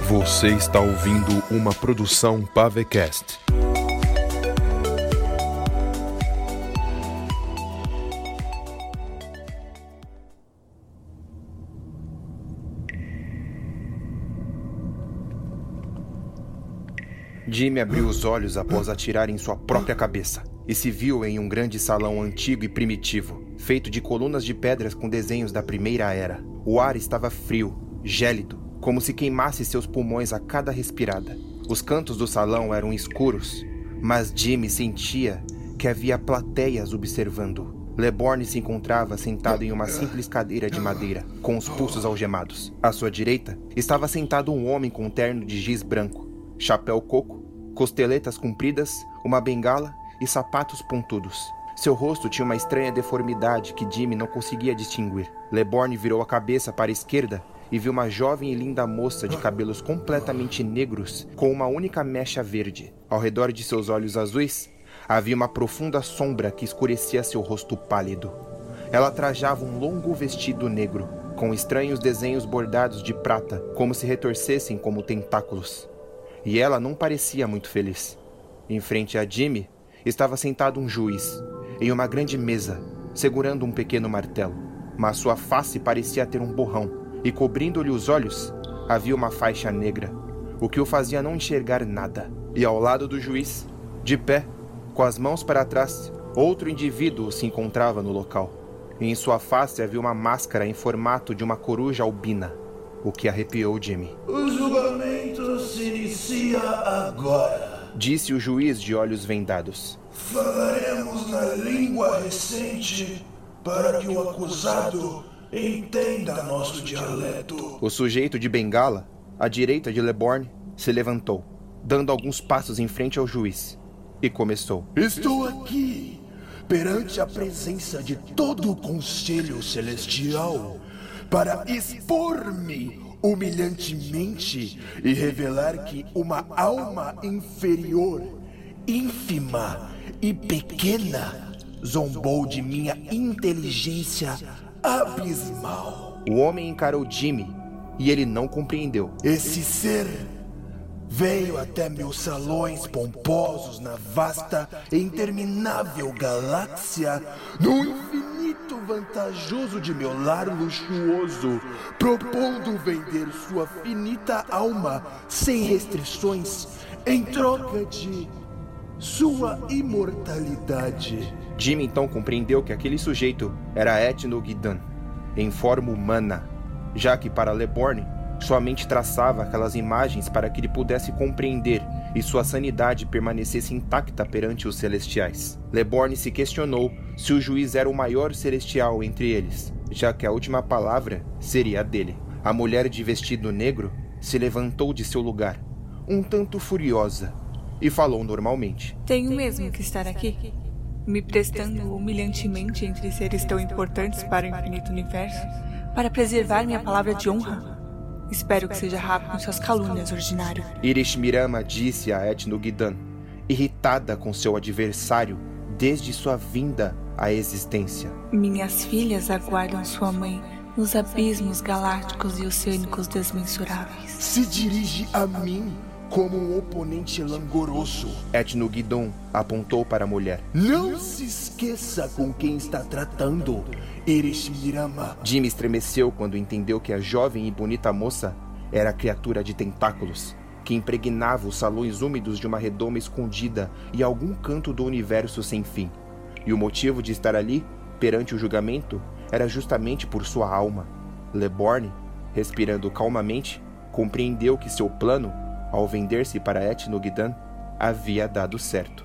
Você está ouvindo uma produção Pavecast. Jimmy abriu os olhos após atirar em sua própria cabeça e se viu em um grande salão antigo e primitivo, feito de colunas de pedras com desenhos da Primeira Era. O ar estava frio, gélido, como se queimasse seus pulmões a cada respirada. Os cantos do salão eram escuros, mas Jimmy sentia que havia plateias observando. LeBorgne se encontrava sentado em uma simples cadeira de madeira, com os pulsos algemados. À sua direita, estava sentado um homem com um terno de giz branco, chapéu coco, costeletas compridas, uma bengala e sapatos pontudos. Seu rosto tinha uma estranha deformidade que Jimmy não conseguia distinguir. LeBorgne virou a cabeça para a esquerda e viu uma jovem e linda moça de cabelos completamente negros com uma única mecha verde. Ao redor de seus olhos azuis, havia uma profunda sombra que escurecia seu rosto pálido. Ela trajava um longo vestido negro, com estranhos desenhos bordados de prata, como se retorcessem como tentáculos. E ela não parecia muito feliz. Em frente a Jimmy, estava sentado um juiz, em uma grande mesa, segurando um pequeno martelo. Mas sua face parecia ter um borrão, e cobrindo-lhe os olhos, havia uma faixa negra, o que o fazia não enxergar nada. E ao lado do juiz, de pé, com as mãos para trás, outro indivíduo se encontrava no local. E em sua face havia uma máscara em formato de uma coruja albina, o que arrepiou Jimmy. O julgamento se inicia agora, disse o juiz de olhos vendados. Falaremos na língua recente para que o acusado entenda nosso dialeto. O sujeito de bengala, à direita de LeBorgne, se levantou, dando alguns passos em frente ao juiz, e começou. Estou aqui, perante a presença de todo o Conselho Celestial, para expor-me humilhantemente e revelar que uma alma inferior, ínfima e pequena zombou de minha inteligência abismal. O homem encarou Jimmy e ele não compreendeu. Esse ser veio até meus salões pomposos na vasta e interminável galáxia, no infinito vantajoso de meu lar luxuoso, propondo vender sua finita alma sem restrições em troca de sua imortalidade. Jimmy então compreendeu que aquele sujeito era Etno Gidan, em forma humana, já que para LeBorgne sua mente traçava aquelas imagens para que ele pudesse compreender e sua sanidade permanecesse intacta perante os celestiais. LeBorgne se questionou se o juiz era o maior celestial entre eles, já que a última palavra seria a dele. A mulher de vestido negro se levantou de seu lugar, um tanto furiosa, e falou normalmente. Tenho mesmo que estar aqui, me prestando humilhantemente entre seres tão importantes para o infinito universo, para preservar minha palavra de honra. Espero que seja rápido em suas calúnias, ordinário. Irishmirama disse a Etno Gidan, irritada com seu adversário desde sua vinda à existência. Minhas filhas aguardam sua mãe nos abismos galácticos e oceânicos desmensuráveis. Se dirige a mim como um oponente langoroso. Etno Gidan apontou para a mulher. Não se esqueça com quem está tratando, Irishmirama. Jimmy estremeceu quando entendeu que a jovem e bonita moça era a criatura de tentáculos, que impregnava os salões úmidos de uma redoma escondida em algum canto do universo sem fim. E o motivo de estar ali, perante o julgamento, era justamente por sua alma. LeBorgne, respirando calmamente, compreendeu que seu plano, ao vender-se para Etno Gidan, havia dado certo.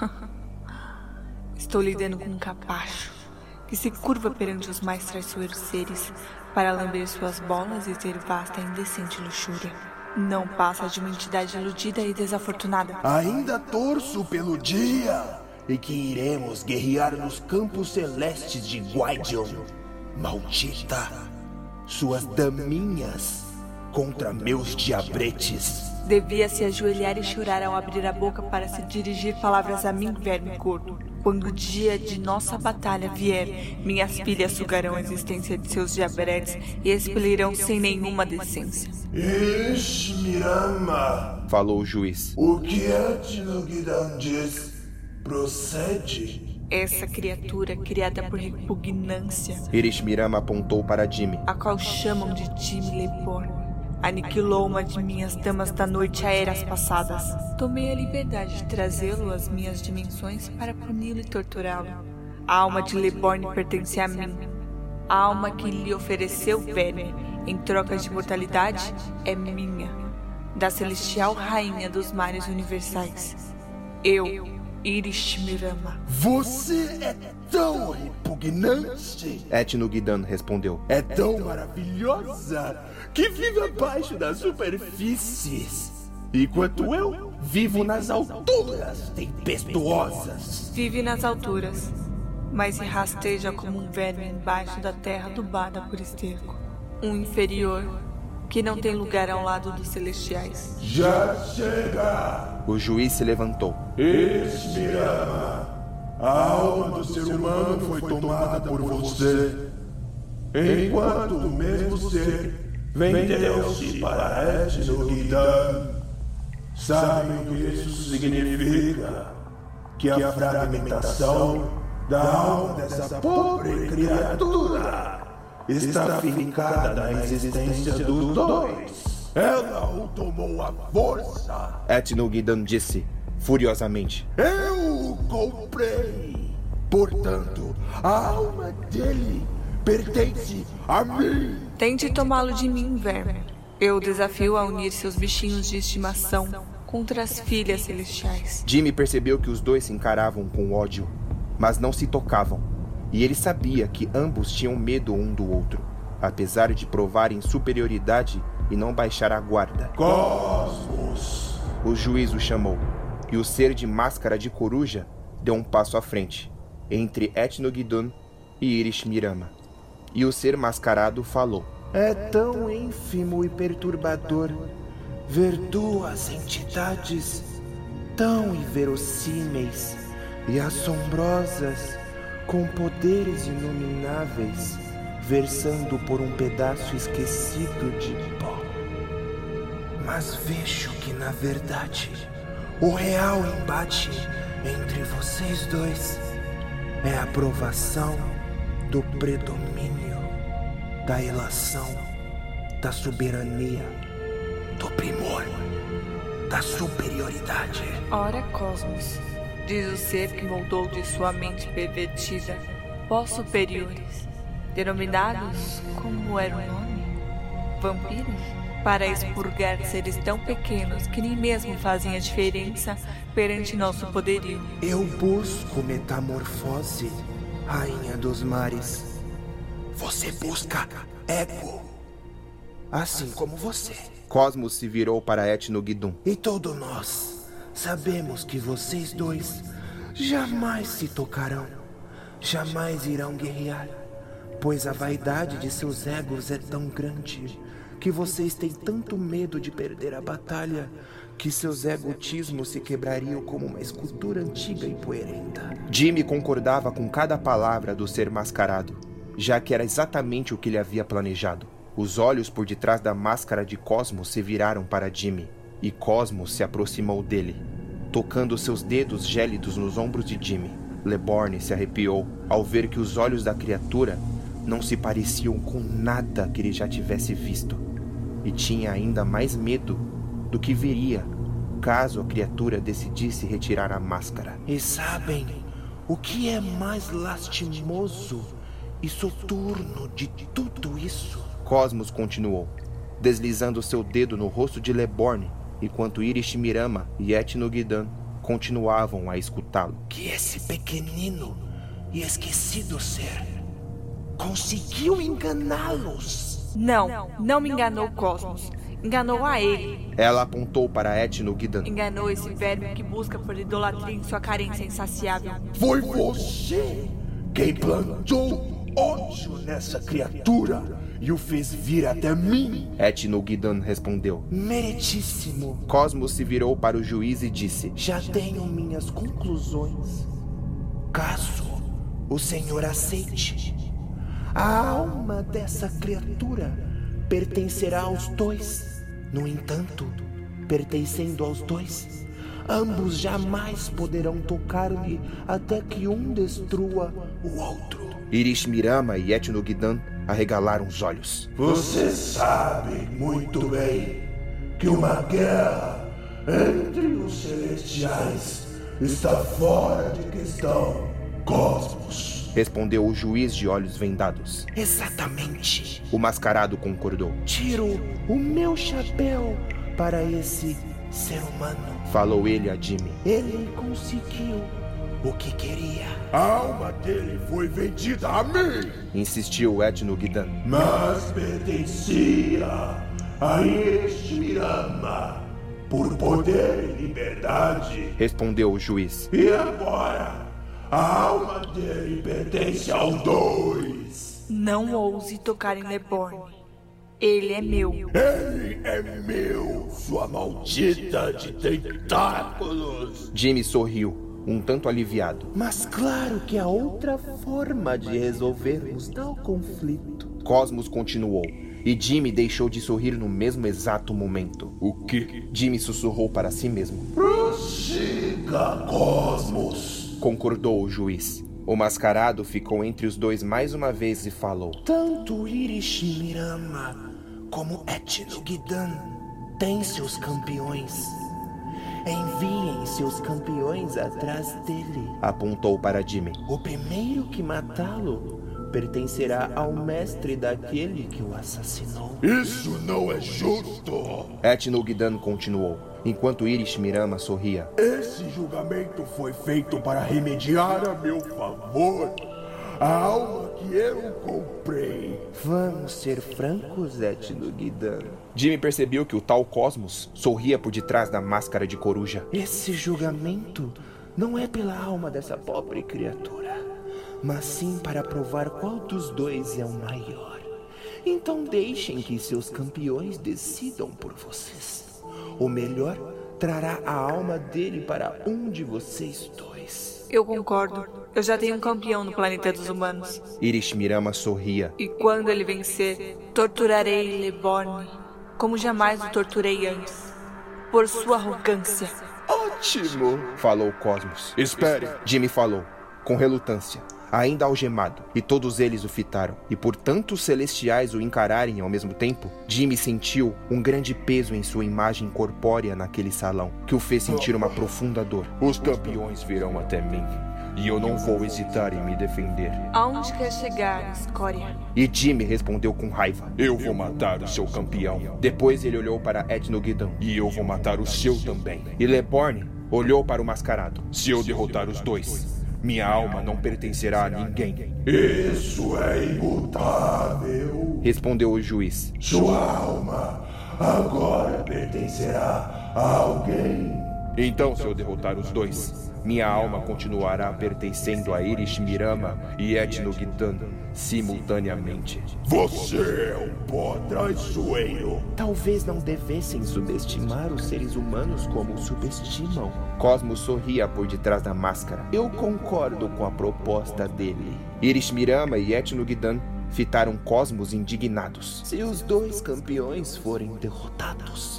Estou lidando com um capacho que se curva perante os mais traiçoeiros seres para lamber suas bolas e ter vasta e indecente luxúria. Não passa de uma entidade iludida e desafortunada. Ainda torço pelo dia em que iremos guerrear nos campos celestes de Gwaidion. Maldita, suas daminhas contra meus diabretes. Devia se ajoelhar e chorar ao abrir a boca para se dirigir palavras a mim, verme gordo. Quando o dia de nossa batalha vier, minhas filhas sugarão a existência de seus diabretes e expelirão sem nenhuma decência. Irish Mirama, falou o juiz. o que Etno Ghidan diz procede? Essa criatura criada por repugnância, Irish Mirama apontou para Jimmy. a qual chamam de Jimmy Leborn, aniquilou uma de minhas damas da noite a eras passadas. Tomei a liberdade de trazê-lo às minhas dimensões para puni-lo e torturá-lo. A alma de Leborn pertence a mim. A alma que lhe ofereceu verme em troca de imortalidade é minha, da celestial rainha dos mares universais. Eu, Irish Mirama. Você é tão repugnante, Etno Ghidan respondeu. é tão maravilhosa, que vive abaixo das superfícies, enquanto eu vivo nas alturas tempestuosas. Vive nas alturas, mas se rasteja como um verme embaixo da terra adubada por esterco. Um inferior que não tem lugar ao lado dos celestiais. Já chega! O juiz se levantou. Irish Mirama, a alma do ser humano foi tomada por você, enquanto o mesmo ser vendeu-se para Etno Ghidan. Sabe o que isso significa? Que a fragmentação da alma dessa pobre criatura está fincada na existência dos dois. Ela o tomou à força. Etno Ghidan disse, furiosamente. Eu o comprei. Portanto, a alma dele pertence a mim. Tente tomá-lo de mim, verme. Eu o desafio a unir seus bichinhos de estimação contra as filhas celestiais. Jimmy percebeu que os dois se encaravam com ódio, mas não se tocavam. E ele sabia que ambos tinham medo um do outro, apesar de provarem superioridade e não baixar a guarda. Cosmos. O juiz o chamou, e o ser de máscara de coruja deu um passo à frente, entre Etno Ghidan e Irish Mirama. E o ser mascarado falou. É tão ínfimo e perturbador ver duas entidades tão inverossímeis e assombrosas, com poderes inomináveis, versando por um pedaço esquecido de pó. Mas vejo que, na verdade, o real embate entre vocês dois é a provação do predomínio, da ilação, da soberania, do primor, da superioridade. Ora, Cosmos, diz o ser que moldou de sua mente pervertida pós superiores, denominados, como era o nome? Vampiros? Para expurgar seres tão pequenos que nem mesmo fazem a diferença perante nosso poderio. Eu busco metamorfose, rainha dos mares. Você busca ego, assim como você. Cosmos se virou para Etno Ghidan. E todos nós sabemos que vocês dois jamais se tocarão, jamais irão guerrear, pois a vaidade de seus egos é tão grande que vocês têm tanto medo de perder a batalha que seus egotismos se quebrariam como uma escultura antiga e poeirenta. Jimmy concordava com cada palavra do ser mascarado, já que era exatamente o que ele havia planejado. Os olhos por detrás da máscara de Cosmos se viraram para Jimmy, e Cosmos se aproximou dele, tocando seus dedos gélidos nos ombros de Jimmy. Leborn se arrepiou ao ver que os olhos da criatura não se pareciam com nada que ele já tivesse visto, e tinha ainda mais medo do que veria caso a criatura decidisse retirar a máscara. E sabem o que é mais lastimoso e soturno de tudo isso? Cosmos continuou, deslizando seu dedo no rosto de Leborn, enquanto Irish Mirama e Etno Ghidan continuavam a escutá-lo. Que esse pequenino e esquecido ser conseguiu enganá-los. Não me enganou, Cosmos. Enganou a ele. Ela apontou para Etno Ghidan. Enganou esse verme que busca por idolatria em sua carência insaciável. Foi você quem plantou ódio nessa criatura e o fez vir até mim. Etnogidon respondeu. Meritíssimo. Cosmos se virou para o juiz e disse. Já tenho minhas conclusões. Caso o senhor aceite, a alma dessa criatura pertencerá aos dois. No entanto, pertencendo aos dois, ambos jamais poderão tocar-lhe até que um destrua o outro. Irishmirama e Etnogidon arregalaram os olhos. Você sabe muito bem que uma guerra entre os celestiais está fora de questão, Cosmos. Respondeu o juiz de olhos vendados. Exatamente. O mascarado concordou. Tiro o meu chapéu para esse ser humano. Falou ele a Jimmy. Ele conseguiu o que queria. A alma dele foi vendida a mim. Insistiu Etnogidon. Mas pertencia a Irishmirama por poder e liberdade. Respondeu o juiz. E agora, a alma dele pertence aos dois. Não ouse tocar em Leborn. Ele é meu. Ele é meu, sua maldita de tentáculos. Jimmy sorriu, um tanto aliviado. Mas claro que há outra forma de resolvermos tal conflito. Cosmos continuou, e Jimmy deixou de sorrir no mesmo exato momento. O quê? Jimmy sussurrou para si mesmo. Prossiga, Cosmos. Concordou o juiz. O mascarado ficou entre os dois mais uma vez e falou. Tanto Irishmirama como Etnogidon têm seus campeões. Enviem seus campeões atrás dele. Apontou para Jimmy. O primeiro que matá-lo pertencerá ao mestre daquele que o assassinou. Isso não é justo. Etnogidon continuou, enquanto Irishmirama sorria. Esse julgamento foi feito para remediar a meu favor a alma que eu comprei. Vamos ser francos, Etnogidon. Jimmy percebeu que o tal Cosmos sorria por detrás da máscara de coruja. Esse julgamento não é pela alma dessa pobre criatura, mas sim para provar qual dos dois é o maior. Então deixem que seus campeões decidam por vocês. O melhor trará a alma dele para um de vocês dois. Eu concordo. Eu já tenho um campeão no planeta dos humanos. Irishmirama sorria. E quando ele vencer, torturarei Leborn como jamais o torturei antes. Por sua arrogância. Ótimo! Falou Cosmos. Espere. Jimmy falou, com relutância, ainda algemado, e todos eles o fitaram. E por tantos celestiais o encararem ao mesmo tempo, Jimmy sentiu um grande peso em sua imagem corpórea naquele salão, que o fez sentir uma profunda dor. Os campeões virão até mim, e eu não vou hesitar em me defender. Aonde quer chegar, escória? E Jimmy respondeu com raiva. Eu vou matar o seu campeão. Depois ele olhou para Etnogidon. E eu vou matar o seu também. E Leborn olhou para o mascarado. Se eu derrotar os dois, minha alma não pertencerá a ninguém. Isso é imutável. Respondeu o juiz. Sua alma agora pertencerá a alguém. Então, se eu derrotar os dois, minha alma continuará pertencendo a Irishmirama e Etnogidon simultaneamente. Você é um pó traiçoeiro. Talvez não devessem subestimar os seres humanos como os subestimam. Cosmos sorria por detrás da máscara. Eu concordo com a proposta dele. Irishmirama e Etnogidon fitaram Cosmos indignados. Se os dois campeões forem derrotados,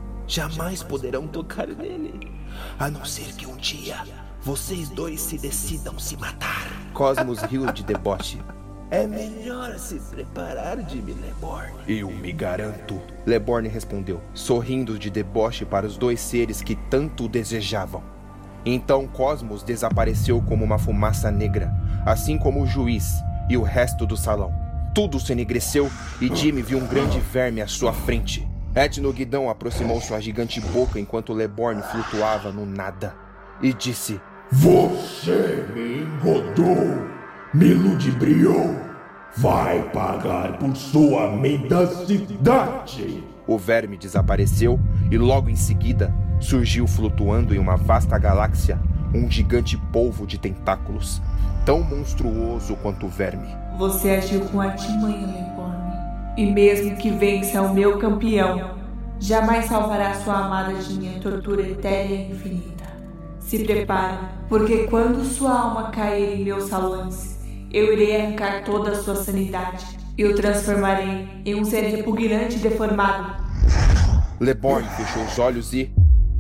jamais poderão tocar nele, a não ser que um dia vocês dois se decidam se matar. Cosmos riu de deboche. É melhor se preparar, Jimmy Leborn. Eu me garanto. Leborn respondeu, sorrindo de deboche para os dois seres que tanto o desejavam. Então Cosmos desapareceu como uma fumaça negra, assim como o juiz e o resto do salão. Tudo se enegreceu e Jimmy viu um grande verme à sua frente. Etnogidon aproximou sua gigante boca enquanto Leborn flutuava no nada e disse: Você me engodou, me ludibriou. Vai pagar por sua mendacidade. O verme desapareceu e logo em seguida surgiu flutuando em uma vasta galáxia um gigante polvo de tentáculos, tão monstruoso quanto o verme. Você agiu com artimanha, Leborn. E mesmo que vença o meu campeão, jamais salvará sua amada de minha tortura etérea e infinita. Se prepare, porque quando sua alma cair em meus salões, eu irei arrancar toda a sua sanidade e o transformarei em um ser repugnante e deformado. Leborn fechou os olhos e,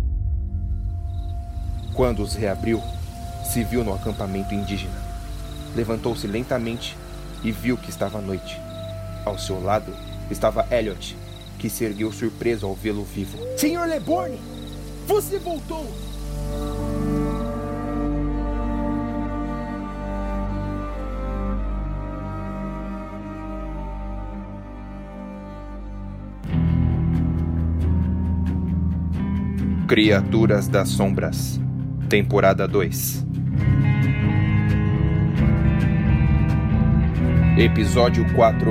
quando os reabriu, se viu no acampamento indígena. Levantou-se lentamente e viu que estava à noite. Ao seu lado estava Elliot, que se ergueu surpreso ao vê-lo vivo. Senhor Leborn, você voltou! Criaturas das Sombras, temporada 2. Episódio 4.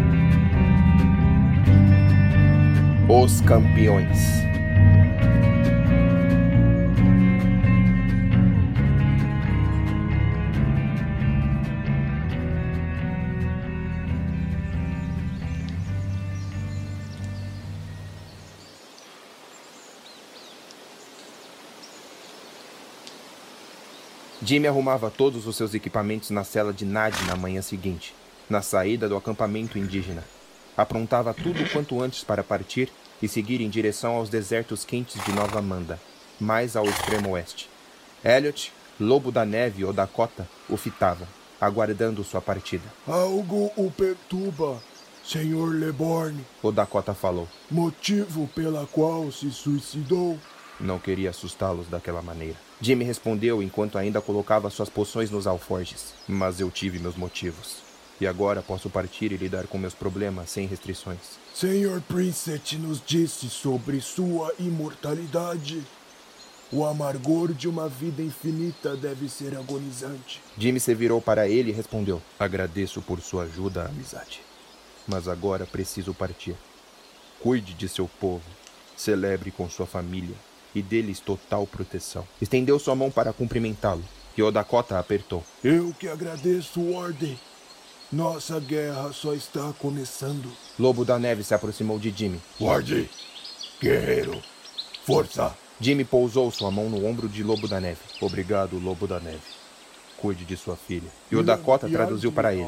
Os Campeões. Jimmy arrumava todos os seus equipamentos na cela de Nad na manhã seguinte, na saída do acampamento indígena. Aprontava tudo quanto antes para partir e seguir em direção aos desertos quentes de Nova Amanda, mais ao extremo oeste. Elliot, Lobo da Neve ou Dakota o fitavam, aguardando sua partida. Algo o perturba, Senhor Leborn. O Dakota falou. Motivo pela qual se suicidou? Não queria assustá-los daquela maneira. Jimmy respondeu enquanto ainda colocava suas poções nos alforjes. Mas eu tive meus motivos. E agora posso partir e lidar com meus problemas sem restrições. Senhor Princet nos disse sobre sua imortalidade. O amargor de uma vida infinita deve ser agonizante. Jimmy se virou para ele e respondeu. Agradeço por sua ajuda, amizade. Mas agora preciso partir. Cuide de seu povo. Celebre com sua família. E dê-lhes total proteção. Estendeu sua mão para cumprimentá-lo, e o Dakota apertou. Eu que agradeço, Ordem. Nossa guerra só está começando. Lobo da Neve se aproximou de Jimmy. Ordem, guerreiro, força. Jimmy pousou sua mão no ombro de Lobo da Neve. Obrigado, Lobo da Neve. Cuide de sua filha. E o Dakota traduziu para ele.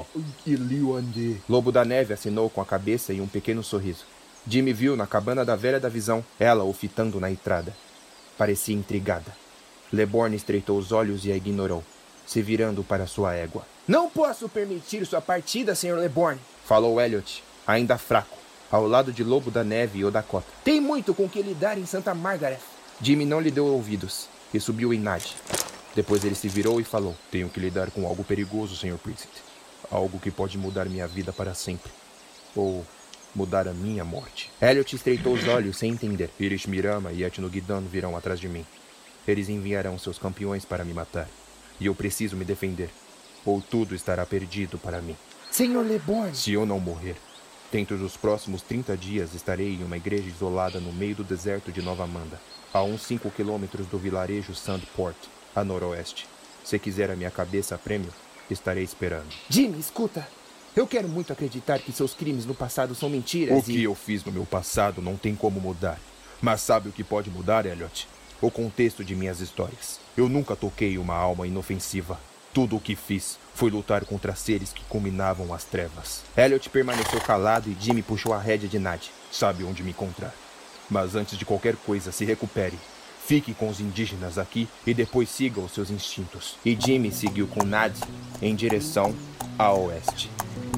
Lobo da Neve assinou com a cabeça e um pequeno sorriso. Jimmy viu na cabana da Velha da Visão, ela o fitando na entrada. Parecia intrigada. Leborn estreitou os olhos e a ignorou, se virando para sua égua. Não posso permitir sua partida, Sr. Leborn, falou Elliot, ainda fraco, ao lado de Lobo da Neve e o Dakota. Tem muito com que lidar em Santa Margaret. Jimmy não lhe deu ouvidos e subiu em Nad. Depois ele se virou e falou. Tenho que lidar com algo perigoso, Sr. Princet. Algo que pode mudar minha vida para sempre. Ou mudar a minha morte. Elliot estreitou os olhos sem entender. Irish Mirama e Etnogidan virão atrás de mim. Eles enviarão seus campeões para me matar. E eu preciso me defender. Ou tudo estará perdido para mim. Senhor Leborn. Se eu não morrer, dentro dos próximos 30 dias estarei em uma igreja isolada no meio do deserto de Nova Amanda, a uns 5 quilômetros do vilarejo Sandport, a noroeste. Se quiser a minha cabeça a prêmio, estarei esperando. Jimmy, escuta. Eu quero muito acreditar que seus crimes no passado são mentiras. O que eu fiz no meu passado não tem como mudar. Mas sabe o que pode mudar, Elliot? O contexto de minhas histórias. Eu nunca toquei uma alma inofensiva. Tudo o que fiz foi lutar contra seres que culminavam as trevas. Elliot permaneceu calado e Jimmy puxou a rédea de Nad. Sabe onde me encontrar. Mas antes de qualquer coisa, se recupere. Fique com os indígenas aqui e depois siga os seus instintos. E Jimmy seguiu com Nad em direção a oeste.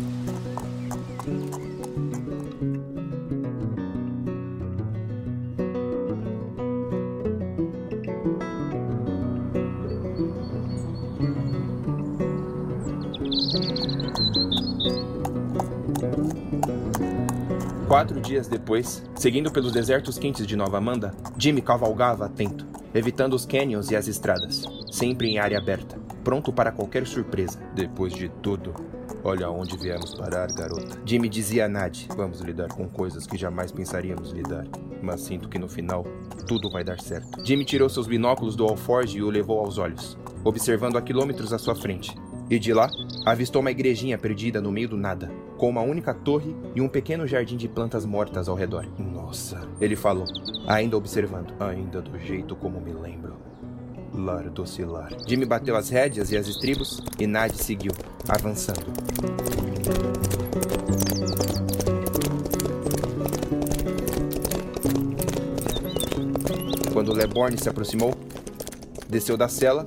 Quatro dias depois, seguindo pelos desertos quentes de Nova Amanda, Jimmy cavalgava atento, evitando os canyons e as estradas, sempre em área aberta, pronto para qualquer surpresa. Depois de tudo, olha onde viemos parar, garota. Jimmy dizia a Nad. Vamos lidar com coisas que jamais pensaríamos lidar, mas sinto que no final, tudo vai dar certo. Jimmy tirou seus binóculos do alforje e o levou aos olhos, observando a quilômetros à sua frente. E de lá, avistou uma igrejinha perdida no meio do nada, com uma única torre e um pequeno jardim de plantas mortas ao redor. Nossa, ele falou, ainda observando. Ainda do jeito como me lembro. Lar docilar. Jimmy bateu as rédeas e as estribos e Nad seguiu, avançando. Quando Leborn se aproximou, desceu da cela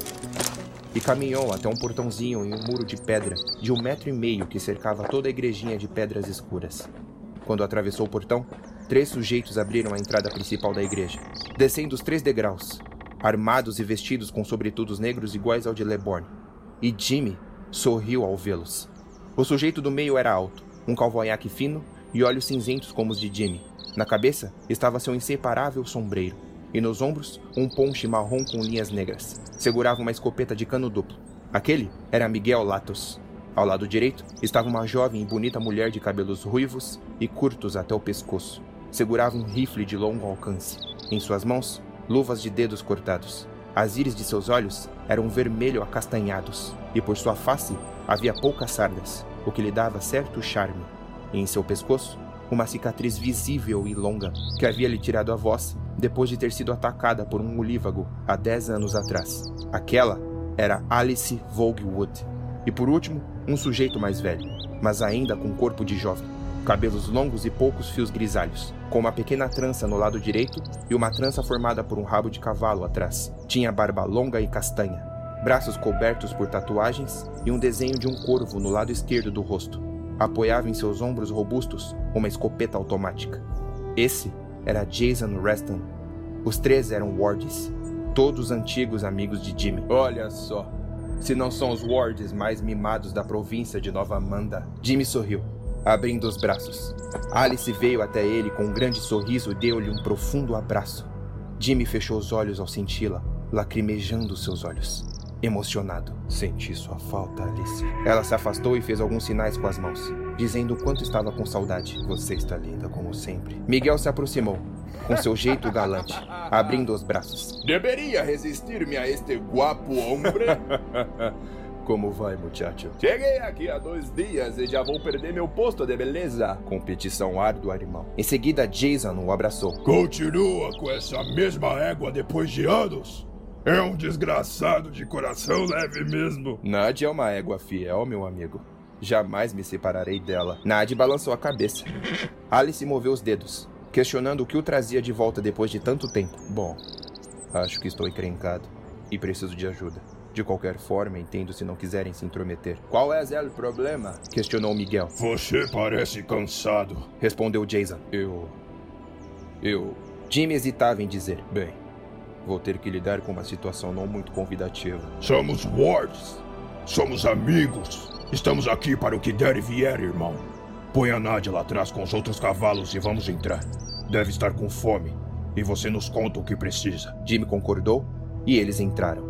e caminhou até um portãozinho em um muro de pedra de 1,5 metro que cercava toda a igrejinha de pedras escuras. Quando atravessou o portão, 3 sujeitos abriram a entrada principal da igreja, descendo os 3 degraus, armados e vestidos com sobretudos negros iguais ao de Leborn. E Jimmy sorriu ao vê-los. O sujeito do meio era alto, um cavanhaque fino e olhos cinzentos como os de Jimmy. Na cabeça estava seu inseparável sombreiro, e nos ombros um ponche marrom com linhas negras. Segurava uma escopeta de cano duplo. Aquele era Miguel Latos. Ao lado direito estava uma jovem e bonita mulher de cabelos ruivos e curtos até o pescoço. Segurava um rifle de longo alcance. Em suas mãos, luvas de dedos cortados. As íris de seus olhos eram vermelho acastanhados, e por sua face havia poucas sardas, o que lhe dava certo charme. E em seu pescoço, uma cicatriz visível e longa que havia lhe tirado a voz depois de ter sido atacada por um olívago há 10 anos atrás. Aquela era Alice Vogelwood. E por último, um sujeito mais velho, mas ainda com corpo de jovem. Cabelos longos e poucos fios grisalhos, com uma pequena trança no lado direito e uma trança formada por um rabo de cavalo atrás. Tinha barba longa e castanha, braços cobertos por tatuagens e um desenho de um corvo no lado esquerdo do rosto. Apoiava em seus ombros robustos uma escopeta automática. Esse era Jason Reston. Os 3 eram wards, todos antigos amigos de Jimmy. Olha só, se não são os wards mais mimados da província de Nova Amanda. Jimmy sorriu, abrindo os braços. Alice veio até ele com um grande sorriso e deu-lhe um profundo abraço. Jimmy fechou os olhos ao senti-la, lacrimejando seus olhos. Emocionado. Senti sua falta, Alice. Ela se afastou e fez alguns sinais com as mãos, dizendo o quanto estava com saudade. Você está linda como sempre. Miguel se aproximou, com seu jeito galante, abrindo os braços. Deveria resistir-me a este guapo hombre? Como vai, muchacho? Cheguei aqui há 2 dias e já vou perder meu posto de beleza. Competição árdua, irmão. Em seguida, Jason o abraçou. Continua com essa mesma égua depois de anos? É um desgraçado de coração leve mesmo. Nad é uma égua fiel, meu amigo. Jamais me separarei dela. Nad balançou a cabeça. Alice moveu os dedos, questionando o que o trazia de volta depois de tanto tempo. Bom, acho que estou encrencado e preciso de ajuda. De qualquer forma, entendo se não quiserem se intrometer. Qual é o problema? Questionou Miguel. Você parece cansado, respondeu Jason. Jimmy hesitava em dizer. Bem, vou ter que lidar com uma situação não muito convidativa. Somos wards. Somos amigos. Estamos aqui para o que der e vier, irmão. Põe a Nadia lá atrás com os outros cavalos e vamos entrar. Deve estar com fome. E você nos conta o que precisa. Jimmy concordou e eles entraram.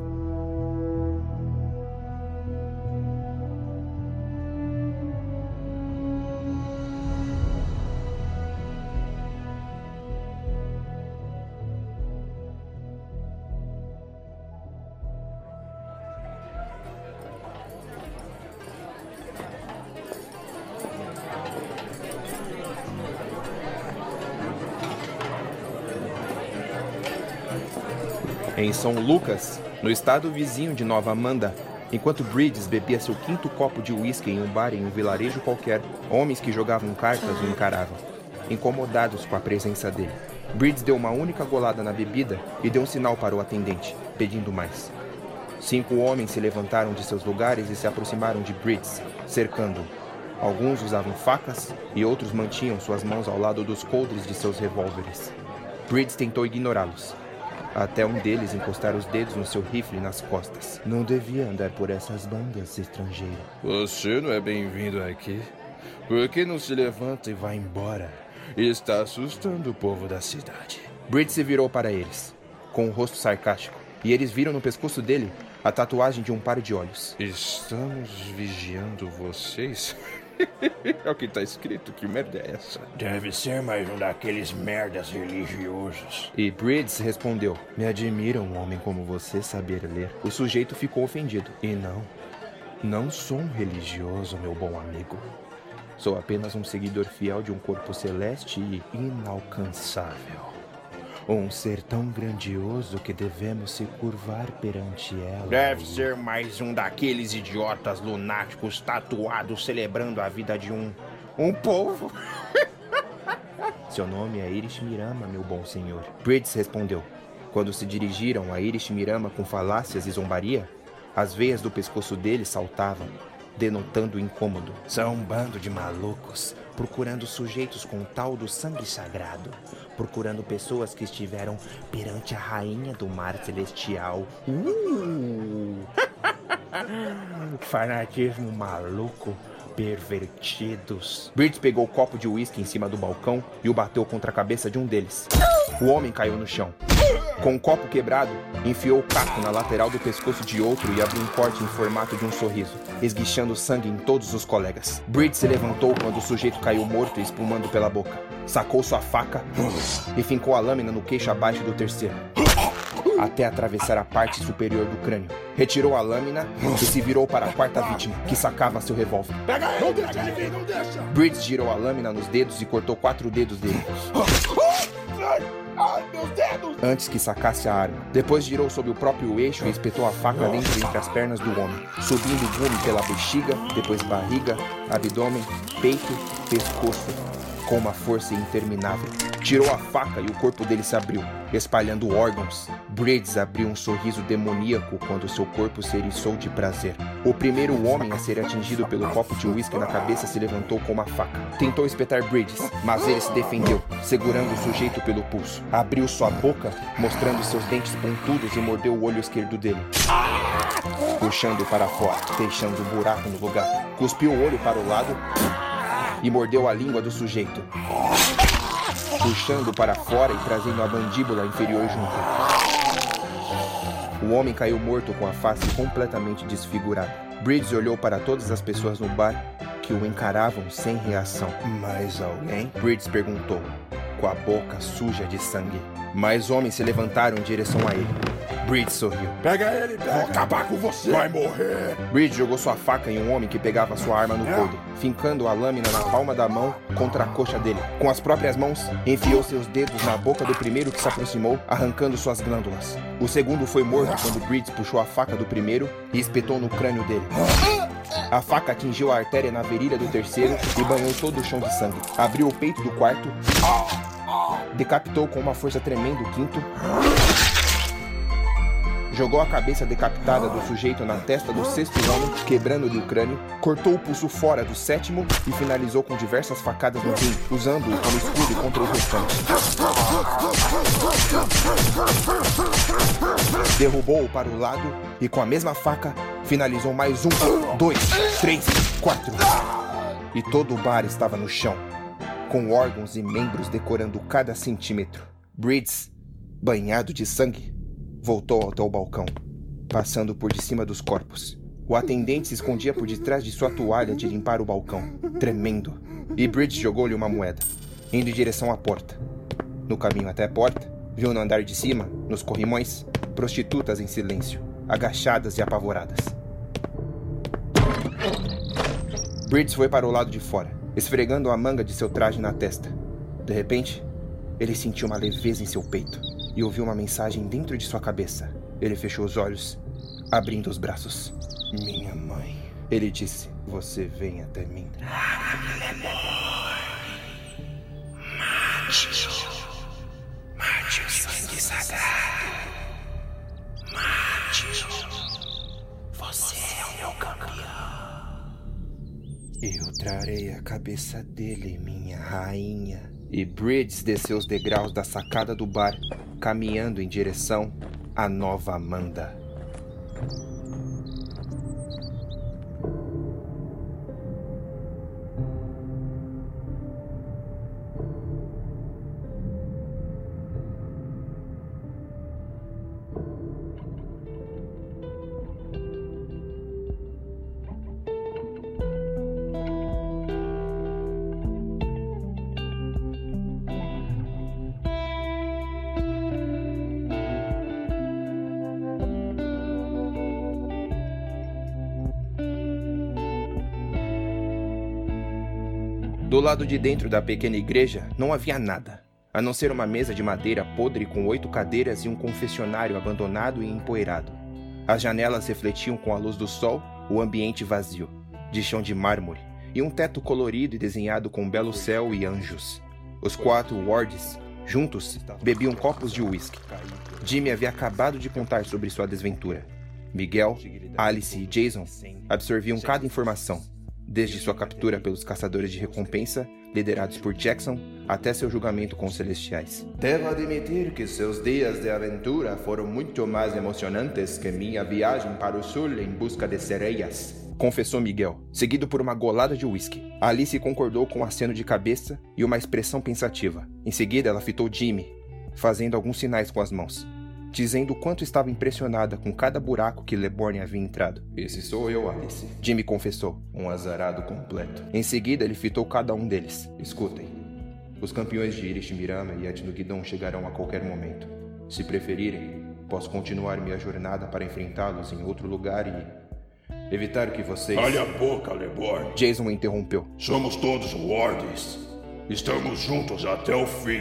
Em São Lucas, no estado vizinho de Nova Amanda, enquanto Bridges bebia seu 5º copo de uísque em um bar em um vilarejo qualquer, homens que jogavam cartas o encaravam, incomodados com a presença dele. Bridges deu uma única golada na bebida e deu um sinal para o atendente, pedindo mais. 5 homens se levantaram de seus lugares e se aproximaram de Bridges, cercando-o. Alguns usavam facas e outros mantinham suas mãos ao lado dos coldres de seus revólveres. Bridges tentou ignorá-los, até um deles encostar os dedos no seu rifle nas costas. Não devia andar por essas bandas, estrangeiro. Você não é bem-vindo aqui. Por que não se levanta e vai embora? Está assustando o povo da cidade. Bridges se virou para eles, com o rosto sarcástico, e eles viram no pescoço dele a tatuagem de um par de olhos. Estamos vigiando vocês? É o que está escrito, que merda é essa? Deve ser mais um daqueles merdas religiosos. E Bridges respondeu, me admira um homem como você saber ler. O sujeito ficou ofendido. E não, Não sou um religioso, meu bom amigo. Sou apenas um seguidor fiel de um corpo celeste e inalcançável. Um ser tão grandioso que devemos se curvar perante ela. Deve ser mais um daqueles idiotas lunáticos tatuados celebrando a vida de um povo. Seu nome é Irishmirama, meu bom senhor. Bridges respondeu. Quando se dirigiram a Irishmirama com falácias e zombaria, as veias do pescoço dele saltavam, denotando incômodo. São um bando de malucos, procurando sujeitos com o tal do sangue sagrado, procurando pessoas que estiveram perante a rainha do mar celestial. Fanatismo maluco, pervertidos. Bridges pegou o copo de uísque em cima do balcão e o bateu contra a cabeça de um deles. O homem caiu no chão. Com o copo quebrado, enfiou o caco na lateral do pescoço de outro e abriu um corte em formato de um sorriso, esguichando sangue em todos os colegas. Bridges se levantou quando o sujeito caiu morto e espumando pela boca. Sacou sua faca e fincou a lâmina no queixo abaixo do terceiro, até atravessar a parte superior do crânio. Retirou a lâmina e se virou para a quarta vítima, que sacava seu revólver. Pega ele! Não deixa ele vir, não deixa! Bridges girou a lâmina nos dedos e cortou 4 dedos dele, Ai, meus dedos! antes que sacasse a arma. Depois girou sobre o próprio eixo e espetou a faca dentro entre as pernas do homem, subindo o gume pela bexiga, depois barriga, abdômen, peito, pescoço, com uma força interminável. Tirou a faca e o corpo dele se abriu, espalhando órgãos. Bridges abriu um sorriso demoníaco quando seu corpo se eriçou de prazer. O primeiro homem a ser atingido pelo copo de uísque na cabeça se levantou com uma faca. Tentou espetar Bridges, mas ele se defendeu, segurando o sujeito pelo pulso. Abriu sua boca, mostrando seus dentes pontudos e mordeu o olho esquerdo dele, puxando para fora, deixando um buraco no lugar. Cuspiu o olho para o lado e mordeu a língua do sujeito, puxando para fora e trazendo a mandíbula inferior junto. O homem caiu morto com a face completamente desfigurada. Bridges olhou para todas as pessoas no bar que o encaravam sem reação. Mais alguém? Bridges perguntou, com a boca suja de sangue. Mais homens se levantaram em direção a ele. Bridges sorriu. Pega ele, pega! Vou acabar com você! Vai morrer! Bridges jogou sua faca em um homem que pegava sua arma no coldre, fincando a lâmina na palma da mão contra a coxa dele. Com as próprias mãos, enfiou seus dedos na boca do primeiro que se aproximou, arrancando suas glândulas. O segundo foi morto quando Bridges puxou a faca do primeiro e espetou no crânio dele. A faca atingiu a artéria na virilha do terceiro e banhou todo o chão de sangue. Abriu o peito do quarto, decapitou com uma força tremenda o quinto, jogou a cabeça decapitada do sujeito na testa do sexto homem, quebrando-lhe o crânio, cortou o pulso fora do sétimo e finalizou com diversas facadas no rim, usando-o como escudo contra os restantes. Derrubou-o para o lado e com a mesma faca finalizou mais 1, 2, 3, 4. E todo o bar estava no chão, com órgãos e membros decorando cada centímetro. Bridges, banhado de sangue, voltou até o balcão, passando por de cima dos corpos. O atendente se escondia por detrás de sua toalha de limpar o balcão, tremendo, e Bridges jogou-lhe uma moeda, indo em direção à porta. No caminho até a porta, viu no andar de cima, nos corrimões, prostitutas em silêncio, agachadas e apavoradas. Bridges foi para o lado de fora, esfregando a manga de seu traje na testa. De repente, ele sentiu uma leveza em seu peito e ouviu uma mensagem dentro de sua cabeça. Ele fechou os olhos, abrindo os braços. Minha mãe. Ele disse, você vem até mim. Mate o sangue sagrado. Mate-o. Você é o meu campeão. Eu trarei a cabeça dele, minha rainha. E Bridges desceu os degraus da sacada do bar, caminhando em direção à Nova Amanda. Do lado de dentro da pequena igreja não havia nada, a não ser uma mesa de madeira podre com 8 cadeiras e um confessionário abandonado e empoeirado. As janelas refletiam com a luz do sol o ambiente vazio, de chão de mármore, e um teto colorido e desenhado com um belo céu e anjos. Os 4 wards, juntos, bebiam copos de uísque. Jimmy havia acabado de contar sobre sua desventura. Miguel, Alice e Jason absorviam cada informação, desde sua captura pelos caçadores de recompensa, liderados por Jackson, até seu julgamento com os Celestiais. Devo admitir que seus dias de aventura foram muito mais emocionantes que minha viagem para o sul em busca de sereias, confessou Miguel, seguido por uma golada de uísque. Alice concordou com um aceno de cabeça e uma expressão pensativa. Em seguida, ela fitou Jimmy, fazendo alguns sinais com as mãos, dizendo o quanto estava impressionada com cada buraco que Leborgne havia entrado. Esse sou eu, Alice, Jimmy confessou. Um azarado completo. Em seguida, ele fitou cada um deles. Escutem, os campeões de Irish-Mirama e Etnogidon chegarão a qualquer momento. Se preferirem, posso continuar minha jornada para enfrentá-los em outro lugar e evitar que vocês... Calhe a boca, Leborgne. Jason interrompeu. Somos todos wards. Estamos juntos até o fim.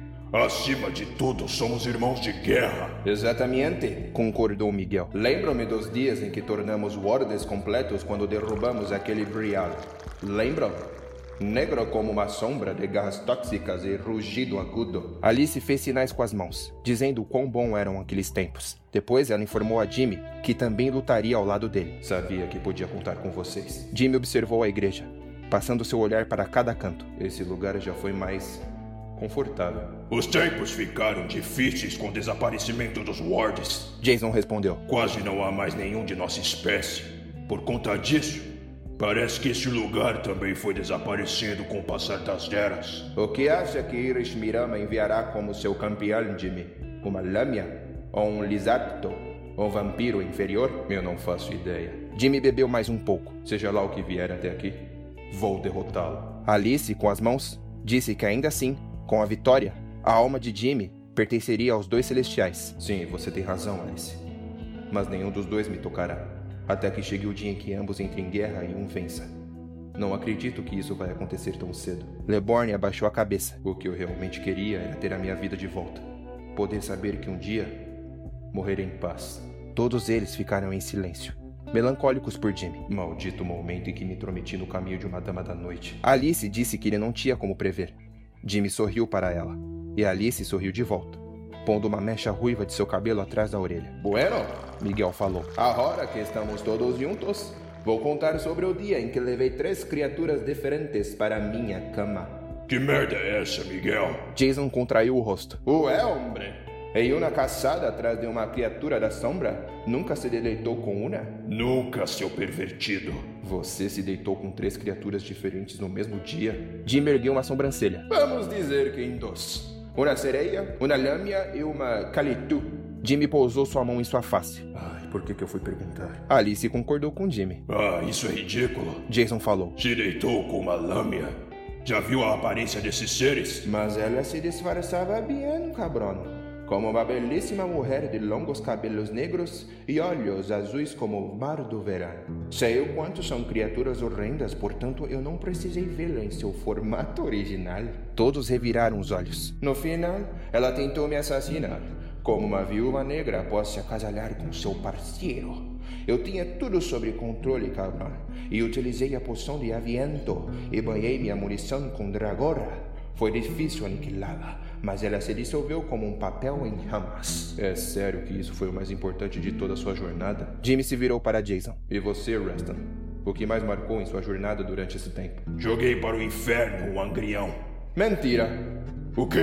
Acima de tudo, somos irmãos de guerra. Exatamente, concordou Miguel. Lembro-me dos dias em que tornamos wardes completos quando derrubamos aquele Brial. Lembram? Negro como uma sombra de garras tóxicas e rugido agudo. Alice fez sinais com as mãos, dizendo o quão bom eram aqueles tempos. Depois ela informou a Jimmy que também lutaria ao lado dele. Sabia que podia contar com vocês. Jimmy observou a igreja, passando seu olhar para cada canto. Esse lugar já foi mais confortável. Os tempos ficaram difíceis com o desaparecimento dos wards. Jason respondeu. Quase não há mais nenhum de nossa espécie. Por conta disso, parece que esse lugar também foi desaparecendo com o passar das eras. O que acha que Irish-Mirama enviará como seu campeão, Jimmy? Uma lâmia? Ou um lisacto? Um vampiro inferior? Eu não faço ideia. Jimmy bebeu mais um pouco. Seja lá o que vier até aqui, vou derrotá-lo. Alice, com as mãos, disse que ainda assim, com a vitória, a alma de Jimmy pertenceria aos 2 celestiais. Sim, você tem razão, Alice. Mas nenhum dos 2 me tocará, até que chegue o dia em que ambos entrem em guerra e um vença. Não acredito que isso vai acontecer tão cedo. Leborgne abaixou a cabeça. O que eu realmente queria era ter a minha vida de volta. Poder saber que um dia morrerei em paz. Todos eles ficaram em silêncio, melancólicos por Jimmy. Maldito momento em que me intrometi no caminho de uma dama da noite. Alice disse que ele não tinha como prever. Jimmy sorriu para ela, e Alice sorriu de volta, pondo uma mecha ruiva de seu cabelo atrás da orelha. Bueno, Miguel falou. Agora que estamos todos juntos, vou contar sobre o dia em que levei 3 criaturas diferentes para minha cama. Que merda é essa, Miguel? Jason contraiu o rosto. Ué, hombre, em uma caçada atrás de uma criatura da sombra, nunca se deleitou com uma? Nunca, seu pervertido. Você se deitou com 3 criaturas diferentes no mesmo dia? Jimmy ergueu uma sobrancelha. Vamos dizer que em 2. Uma sereia, uma lâmia e uma calitu. Jimmy pousou sua mão em sua face. Ai, por que eu fui perguntar? Alice concordou com Jimmy. Ah, isso é ridículo. Jason falou. Se deitou com uma lâmia. Já viu a aparência desses seres? Mas ela se disfarçava bem, cabrão. Como uma belíssima mulher de longos cabelos negros e olhos azuis como o mar do verão. Sei o quanto são criaturas horrendas, portanto eu não precisei vê-la em seu formato original. Todos reviraram os olhos. No final, ela tentou me assassinar, como uma viúva negra após se acasalar com seu parceiro. Eu tinha tudo sob controle, cabrão, e utilizei a poção de aviento e banhei minha munição com dragora. Foi difícil aniquilá-la, mas ela se dissolveu como um papel em ramas. É sério que isso foi o mais importante de toda a sua jornada? Jimmy se virou para Jason. E você, Reston? O que mais marcou em sua jornada durante esse tempo? Joguei para o inferno um angrião. Mentira! O quê?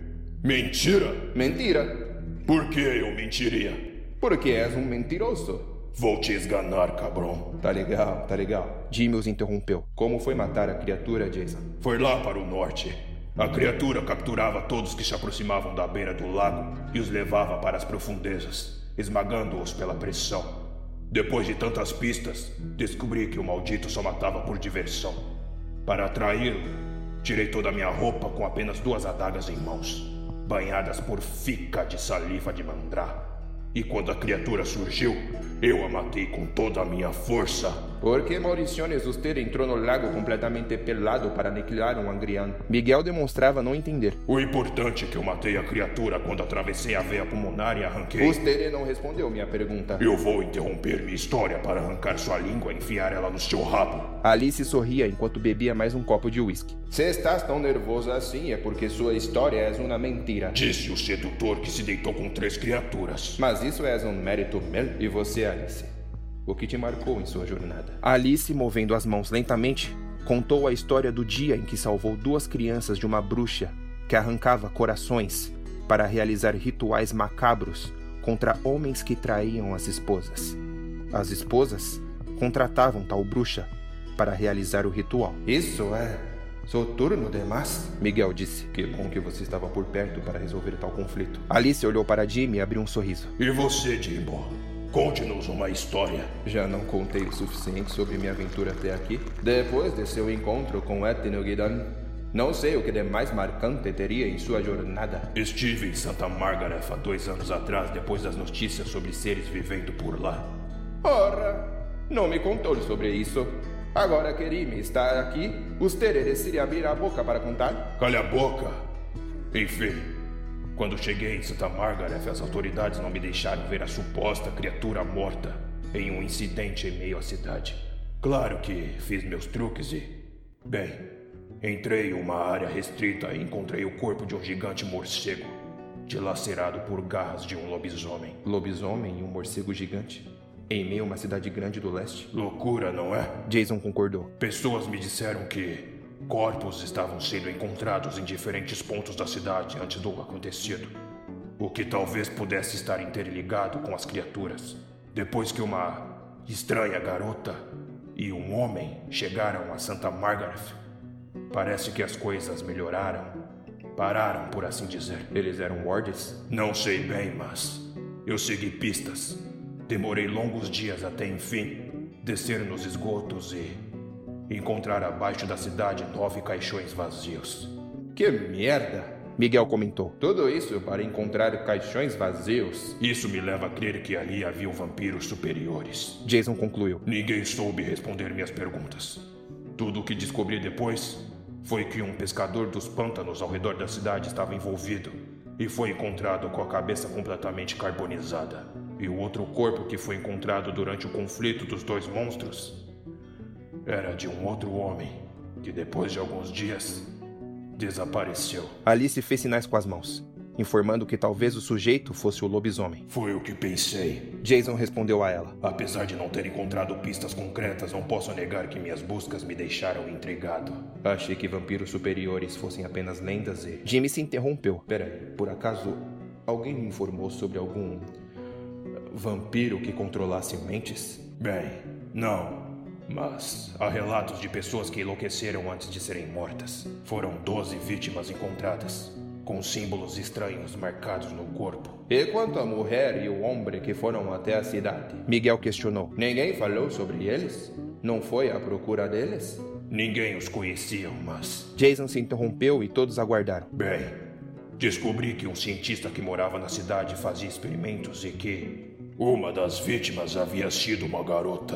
Mentira? Mentira! Por que eu mentiria? Porque és um mentiroso. Vou te esganar, cabrão. Tá legal. Jimmy os interrompeu. Como foi matar a criatura, Jason? Foi lá para o norte. A criatura capturava todos que se aproximavam da beira do lago e os levava para as profundezas, esmagando-os pela pressão. Depois de tantas pistas, descobri que o maldito só matava por diversão. Para atraí-lo, tirei toda a minha roupa com apenas 2 adagas em mãos, banhadas por fica de saliva de mandrá. E quando a criatura surgiu, eu a matei com toda a minha força ¿Por qué maldiciones usted entró no lago completamente pelado para aniquilar um angriano? Miguel demonstrava não entender. O importante é que eu matei a criatura quando atravessei a veia pulmonar e arranquei. Você não respondeu minha pergunta. Eu vou interromper minha história para arrancar sua língua e enfiar ela no seu rabo. Alice sorria enquanto bebia mais um copo de uísque. Se estás tão nervoso assim é porque sua história é uma mentira. Disse o sedutor que se deitou com 3 criaturas. Mas isso é um mérito meu. E você, Alice? O que te marcou em sua jornada? Alice, movendo as mãos lentamente, contou a história do dia em que salvou 2 crianças de uma bruxa que arrancava corações para realizar rituais macabros contra homens que traíam as esposas. As esposas contratavam tal bruxa para realizar o ritual. Isso é soturno demais, Miguel disse. Que bom que você estava por perto para resolver tal conflito. Alice olhou para Jimmy e abriu um sorriso. E você, Jimbo? Conte-nos uma história. Já não contei o suficiente sobre minha aventura até aqui? Depois de seu encontro com Etnogidon, não sei o que de mais marcante teria em sua jornada. Estive em Santa Margaret há 2 anos atrás, depois das notícias sobre seres vivendo por lá. Ora, não me contou sobre isso. Agora que Rime está aqui, você decide abrir a boca para contar? Calha a boca. Enfim, quando cheguei em Santa Margaret, as autoridades não me deixaram ver a suposta criatura morta em um incidente em meio à cidade. Claro que fiz meus truques e... Bem, entrei em uma área restrita e encontrei o corpo de um gigante morcego, dilacerado por garras de um lobisomem. Lobisomem e um morcego gigante? Em meio a uma cidade grande do leste? Loucura, não é? Jason concordou. Pessoas me disseram que corpos estavam sendo encontrados em diferentes pontos da cidade antes do acontecido, o que talvez pudesse estar interligado com as criaturas. Depois que uma estranha garota e um homem chegaram a Santa Margaret, parece que as coisas melhoraram. Pararam, por assim dizer. Eles eram wards? Não sei bem, mas eu segui pistas. Demorei longos dias até, enfim, descer nos esgotos e encontrar abaixo da cidade 9 caixões vazios. Que merda! Miguel comentou. Tudo isso para encontrar caixões vazios? Isso me leva a crer que ali havia vampiros superiores. Jason concluiu. Ninguém soube responder minhas perguntas. Tudo o que descobri depois foi que um pescador dos pântanos ao redor da cidade estava envolvido e foi encontrado com a cabeça completamente carbonizada. E o outro corpo que foi encontrado durante o conflito dos 2 monstros era de um outro homem que depois de alguns dias desapareceu. Alice fez sinais com as mãos, informando que talvez o sujeito fosse o lobisomem. Foi o que pensei. Jason respondeu a ela. Apesar de não ter encontrado pistas concretas, não posso negar que minhas buscas me deixaram intrigado. Achei que vampiros superiores fossem apenas lendas e... Jimmy se interrompeu. Peraí, por acaso alguém me informou sobre algum vampiro que controlasse mentes? Bem, não. Mas há relatos de pessoas que enlouqueceram antes de serem mortas. Foram 12 vítimas encontradas, com símbolos estranhos marcados no corpo. E quanto à mulher e o homem que foram até a cidade? Miguel questionou. Ninguém falou sobre eles? Não foi à procura deles? Ninguém os conhecia, mas... Jason se interrompeu e todos aguardaram. Bem, descobri que um cientista que morava na cidade fazia experimentos e que uma das vítimas havia sido uma garota.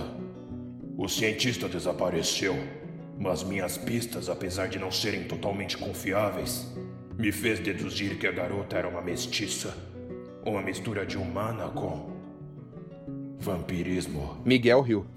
O cientista desapareceu, mas minhas pistas, apesar de não serem totalmente confiáveis, me fez deduzir que a garota era uma mestiça. Uma mistura de humana com vampirismo. Miguel riu.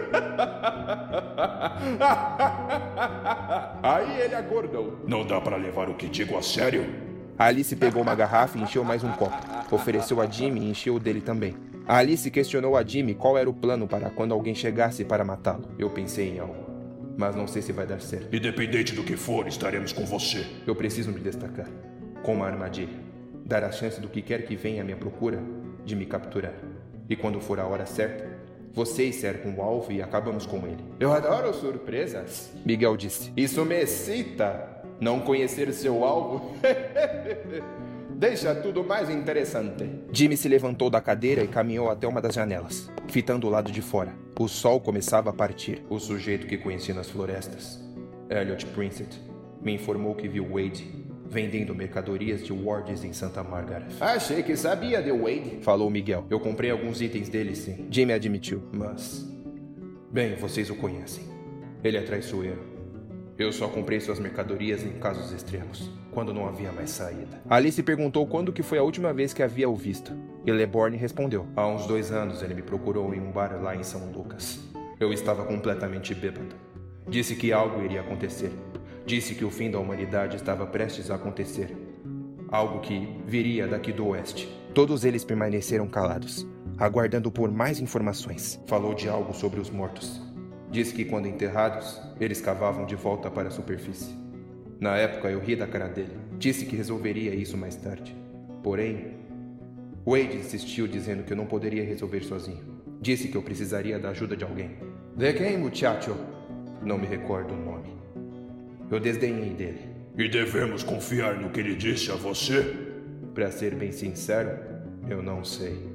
Aí ele acordou. Não dá pra levar o que digo a sério? Alice pegou uma garrafa e encheu mais um copo. Ofereceu a Jimmy e encheu o dele também. Alice questionou a Jimmy qual era o plano para quando alguém chegasse para matá-lo. Eu pensei em algo, mas não sei se vai dar certo. Independente do que for, estaremos com você. Eu preciso me destacar. Com uma armadilha. Dar a chance do que quer que venha à minha procura de me capturar. E quando for a hora certa, vocês cercam o alvo e acabamos com ele. Eu adoro surpresas, Miguel disse. Isso me excita. Não conhecer seu alvo deixa tudo mais interessante. Jimmy se levantou da cadeira e caminhou até uma das janelas, fitando o lado de fora. O sol começava a partir. O sujeito que conheci nas florestas, Elliot Princett, me informou que viu Wade vendendo mercadorias de wards em Santa Margaret. Achei que sabia de Wade, falou Miguel. Eu comprei alguns itens dele, sim. Jimmy admitiu, mas Bem, vocês o conhecem. Ele é traiçoeiro. Eu só comprei suas mercadorias em casos extremos, quando não havia mais saída. Alice perguntou quando que foi a última vez que havia o visto, e LeBorgne respondeu. Há uns 2 anos ele me procurou em um bar lá em São Lucas. Eu estava completamente bêbado. Disse que algo iria acontecer. Disse que o fim da humanidade estava prestes a acontecer. Algo que viria daqui do oeste. Todos eles permaneceram calados, aguardando por mais informações. Falou de algo sobre os mortos. Disse que quando enterrados, eles cavavam de volta para a superfície. Na época eu ri da cara dele. Disse que resolveria isso mais tarde. Porém, Wade insistiu dizendo que eu não poderia resolver sozinho. Disse que eu precisaria da ajuda de alguém. De quem, muchacho? Não me recordo o nome. Eu desdenhei dele. E devemos confiar no que ele disse a você? Pra ser bem sincero, eu não sei.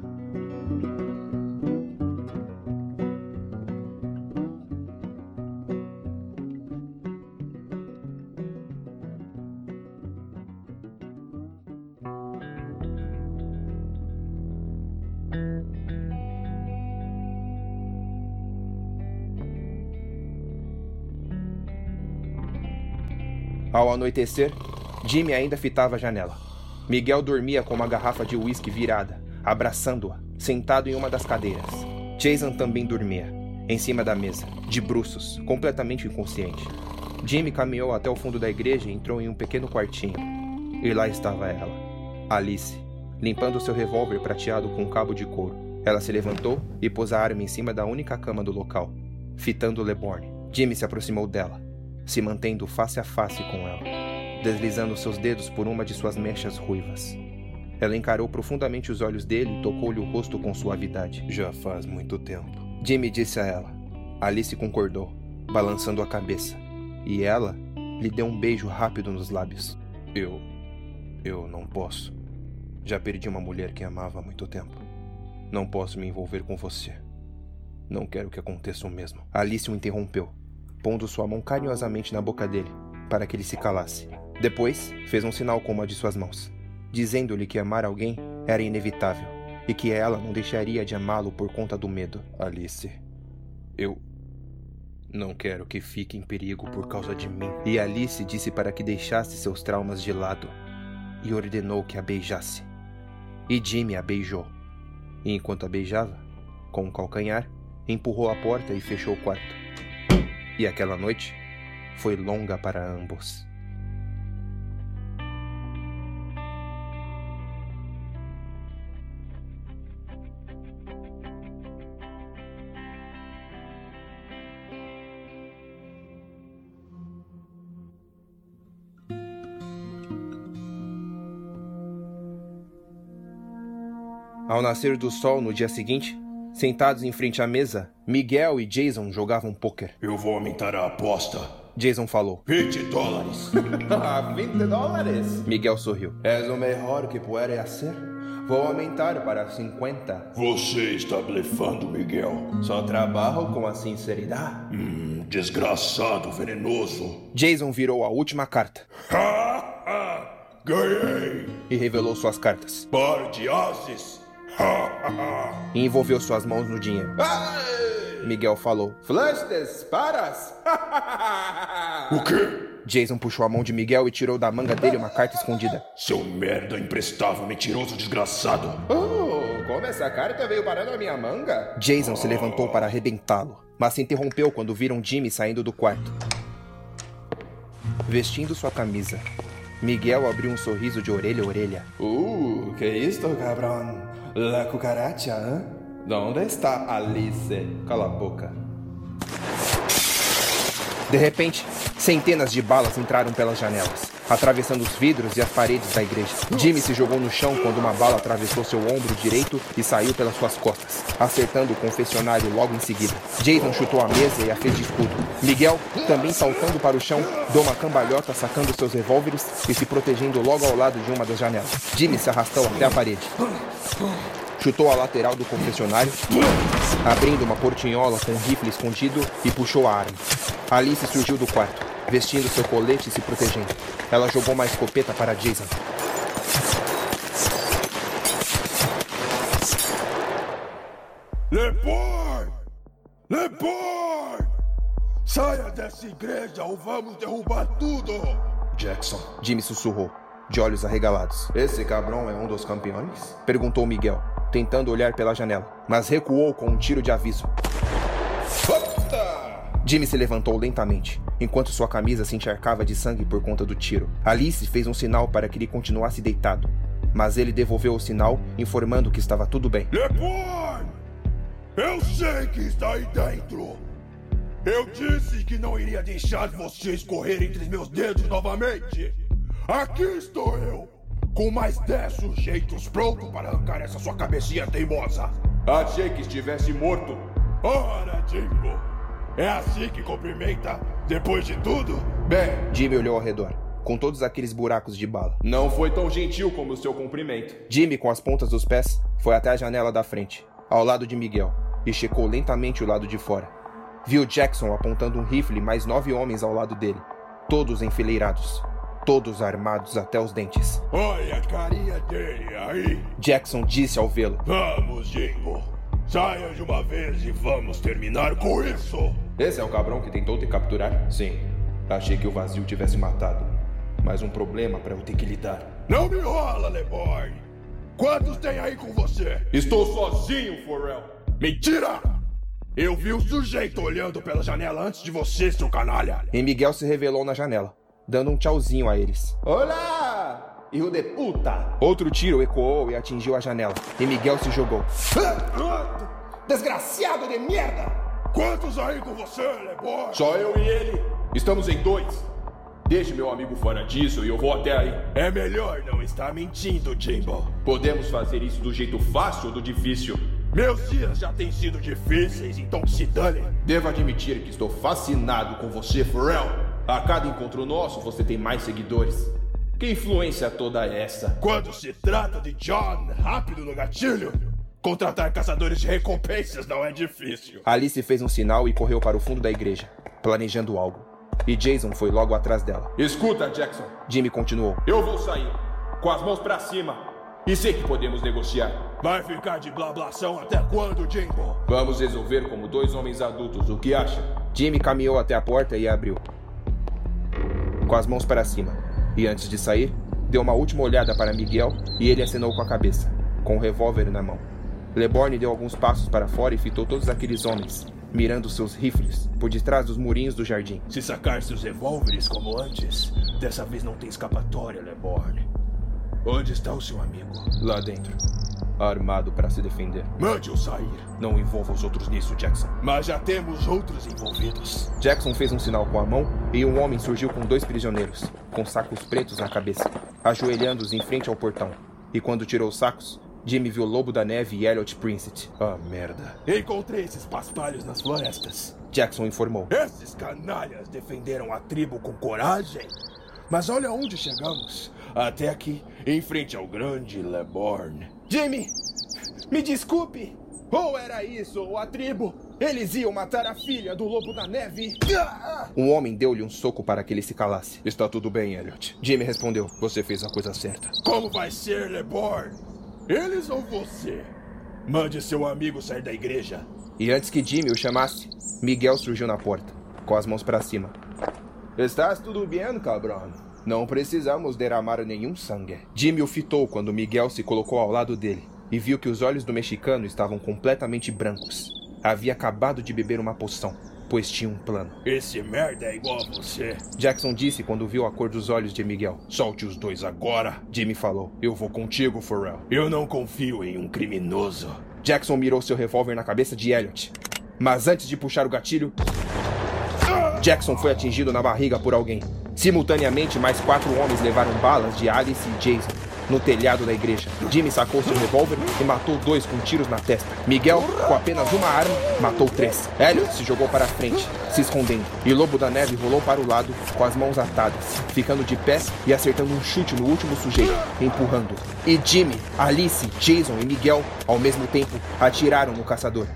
Ao anoitecer, Jimmy ainda fitava a janela. Miguel dormia com uma garrafa de uísque virada, abraçando-a, sentado em uma das cadeiras. Jason também dormia, em cima da mesa, de bruços, completamente inconsciente. Jimmy caminhou até o fundo da igreja e entrou em um pequeno quartinho. E lá estava ela, Alice, limpando seu revólver prateado com um cabo de couro. Ela se levantou e pôs a arma em cima da única cama do local, fitando LeBorgne. Jimmy se aproximou dela, se mantendo face a face com ela, deslizando seus dedos por uma de suas mechas ruivas. Ela encarou profundamente os olhos dele e tocou-lhe o rosto com suavidade. Já faz muito tempo, Jimmy disse a ela. Alice concordou, balançando a cabeça, e ela lhe deu um beijo rápido nos lábios. Eu não posso. Já perdi uma mulher que amava há muito tempo. Não posso me envolver com você. Não quero que aconteça o mesmo. Alice o interrompeu, pondo sua mão carinhosamente na boca dele, para que ele se calasse. Depois, fez um sinal com uma de suas mãos, dizendo-lhe que amar alguém era inevitável, e que ela não deixaria de amá-lo por conta do medo. Alice, eu não quero que fique em perigo por causa de mim. E Alice disse para que deixasse seus traumas de lado, e ordenou que a beijasse. E Jimmy a beijou. E enquanto a beijava, com um calcanhar, empurrou a porta e fechou o quarto. E aquela noite foi longa para ambos. Ao nascer do sol no dia seguinte, sentados em frente à mesa, Miguel e Jason jogavam pôquer. Eu vou aumentar a aposta. Jason falou. $20. $20? Miguel sorriu. És o melhor que puede hacer. Vou aumentar para 50. Você está blefando, Miguel. Só trabalho com a sinceridade. Desgraçado venenoso. Jason virou a última carta. Ganhei. E revelou suas cartas. Par de ases. E envolveu suas mãos no dinheiro. Miguel falou. Flush des paras. O quê? Jason puxou a mão de Miguel e tirou da manga dele uma carta escondida. Seu merda imprestável, mentiroso, desgraçado. Como essa carta veio parar na minha manga? Jason se levantou para arrebentá-lo, mas se interrompeu quando viram Jimmy saindo do quarto. Vestindo sua camisa, Miguel abriu um sorriso de orelha a orelha. Que isto, cabrão? La cucaracha, hein? Onde está Alice? Cala a boca. De repente, centenas de balas entraram pelas janelas, atravessando os vidros e as paredes da igreja. Jimmy se jogou no chão quando uma bala atravessou seu ombro direito e saiu pelas suas costas, acertando o confessionário logo em seguida. Jason chutou a mesa e a fez de escudo. Miguel, também saltando para o chão, deu uma cambalhota sacando seus revólveres e se protegendo logo ao lado de uma das janelas. Jimmy se arrastou até a parede. Chutou a lateral do confessionário, abrindo uma portinhola com um rifle escondido e puxou a arma. Alice surgiu do quarto, vestindo seu colete e se protegendo. Ela jogou uma escopeta para Jason. LeBorgne! LeBoy! Saia dessa igreja ou vamos derrubar tudo! Jackson. Jimmy sussurrou, de olhos arregalados. Esse cabrão é um dos campeões? Perguntou Miguel, tentando olhar pela janela, mas recuou com um tiro de aviso. Jimmy se levantou lentamente, enquanto sua camisa se encharcava de sangue por conta do tiro. Alice fez um sinal para que ele continuasse deitado, mas ele devolveu o sinal, informando que estava tudo bem. LeBoy! Eu sei que está aí dentro! Eu disse que não iria deixar você escorrer entre meus dedos novamente! Aqui estou eu, com mais 10 sujeitos prontos para arrancar essa sua cabecinha teimosa! Achei que estivesse morto! Ora, Jimbo! É assim que cumprimenta, depois de tudo? Bem, Jimmy olhou ao redor, com todos aqueles buracos de bala. Não foi tão gentil como o seu cumprimento. Jimmy, com as pontas dos pés, foi até a janela da frente, ao lado de Miguel, e checou lentamente o lado de fora. Viu Jackson apontando um rifle e mais 9 homens ao lado dele, todos enfileirados, todos armados até os dentes. Olha a carinha dele aí! Jackson disse ao vê-lo. Vamos, Jimbo! Saia de uma vez e vamos terminar com isso! Esse é o cabrão que tentou te capturar? Sim. Achei que o vazio tivesse matado. Mas um problema para eu ter que lidar. Não me enrola, LeBoy! Quantos tem aí com você? Estou sozinho, Pharrell! Mentira! Eu vi o sujeito olhando pela janela antes de você, seu canalha! E Miguel se revelou na janela, dando um tchauzinho a eles. Olá, hijo de puta! Outro tiro ecoou e atingiu a janela, e Miguel se jogou. Desgraciado de merda! Quantos aí com você, LeBoy? Só eu e ele. Estamos em 2. Deixe meu amigo fora disso e eu vou até aí. É melhor não estar mentindo, Jimbo. Podemos fazer isso do jeito fácil ou do difícil? Meus dias já têm sido difíceis, então se dane. Devo admitir que estou fascinado com você, Pharrell. A cada encontro nosso, você tem mais seguidores. Que influência toda essa? Quando se trata de John, rápido no gatilho, contratar caçadores de recompensas não é difícil. Alice fez um sinal e correu para o fundo da igreja, planejando algo. E Jason foi logo atrás dela. Escuta, Jackson. Jimmy continuou. Eu vou sair, com as mãos pra cima. E sei que podemos negociar. Vai ficar de blablação até quando, Jimbo? Vamos resolver como 2 homens adultos, o que acha? Jimmy caminhou até a porta e a abriu, com as mãos para cima. E antes de sair, deu uma última olhada para Miguel e ele acenou com a cabeça, com o revólver na mão. LeBoy deu alguns passos para fora e fitou todos aqueles homens, mirando seus rifles por detrás dos murinhos do jardim. Se sacar seus revólveres como antes, dessa vez não tem escapatória, LeBoy. Onde está o seu amigo? Lá dentro. Armado para se defender. Mande-o sair. Não envolva os outros nisso, Jackson. Mas já temos outros envolvidos. Jackson fez um sinal com a mão e um homem surgiu com 2 prisioneiros, com sacos pretos na cabeça, ajoelhando-os em frente ao portão. E quando tirou os sacos, Jimmy viu Lobo da Neve e Elliot Princett. Ah, merda. Encontrei esses paspalhos nas florestas. Jackson informou. Esses canalhas defenderam a tribo com coragem. Mas olha onde chegamos. Até aqui, em frente ao grande LeBoy. Jimmy, me desculpe. Ou era isso, ou a tribo. Eles iam matar a filha do Lobo da Neve. Um homem deu-lhe um soco para que ele se calasse. Está tudo bem, Elliot. Jimmy respondeu. Você fez a coisa certa. Como vai ser, LeBoy? Eles ou você? Mande seu amigo sair da igreja. E antes que Jimmy o chamasse, Miguel surgiu na porta, com as mãos para cima. Estás tudo bem, cabrão? Não precisamos derramar nenhum sangue. Jimmy o fitou quando Miguel se colocou ao lado dele e viu que os olhos do mexicano estavam completamente brancos. Havia acabado de beber uma poção, pois tinha um plano. Esse merda é igual a você. Jackson disse quando viu a cor dos olhos de Miguel. Solte os 2 agora. Jimmy falou. Eu vou contigo, Pharrell. Eu não confio em um criminoso. Jackson mirou seu revólver na cabeça de Elliot. Mas antes de puxar o gatilho, Jackson foi atingido na barriga por alguém. Simultaneamente, mais 4 homens levaram balas de Alice e Jason no telhado da igreja. Jimmy sacou seu revólver e matou 2 com tiros na testa. Miguel, com apenas uma arma, matou 3. Elliot se jogou para a frente, se escondendo. E Lobo da Neve rolou para o lado, com as mãos atadas, ficando de pé e acertando um chute no último sujeito, empurrando. E Jimmy, Alice, Jason e Miguel, ao mesmo tempo, atiraram no caçador,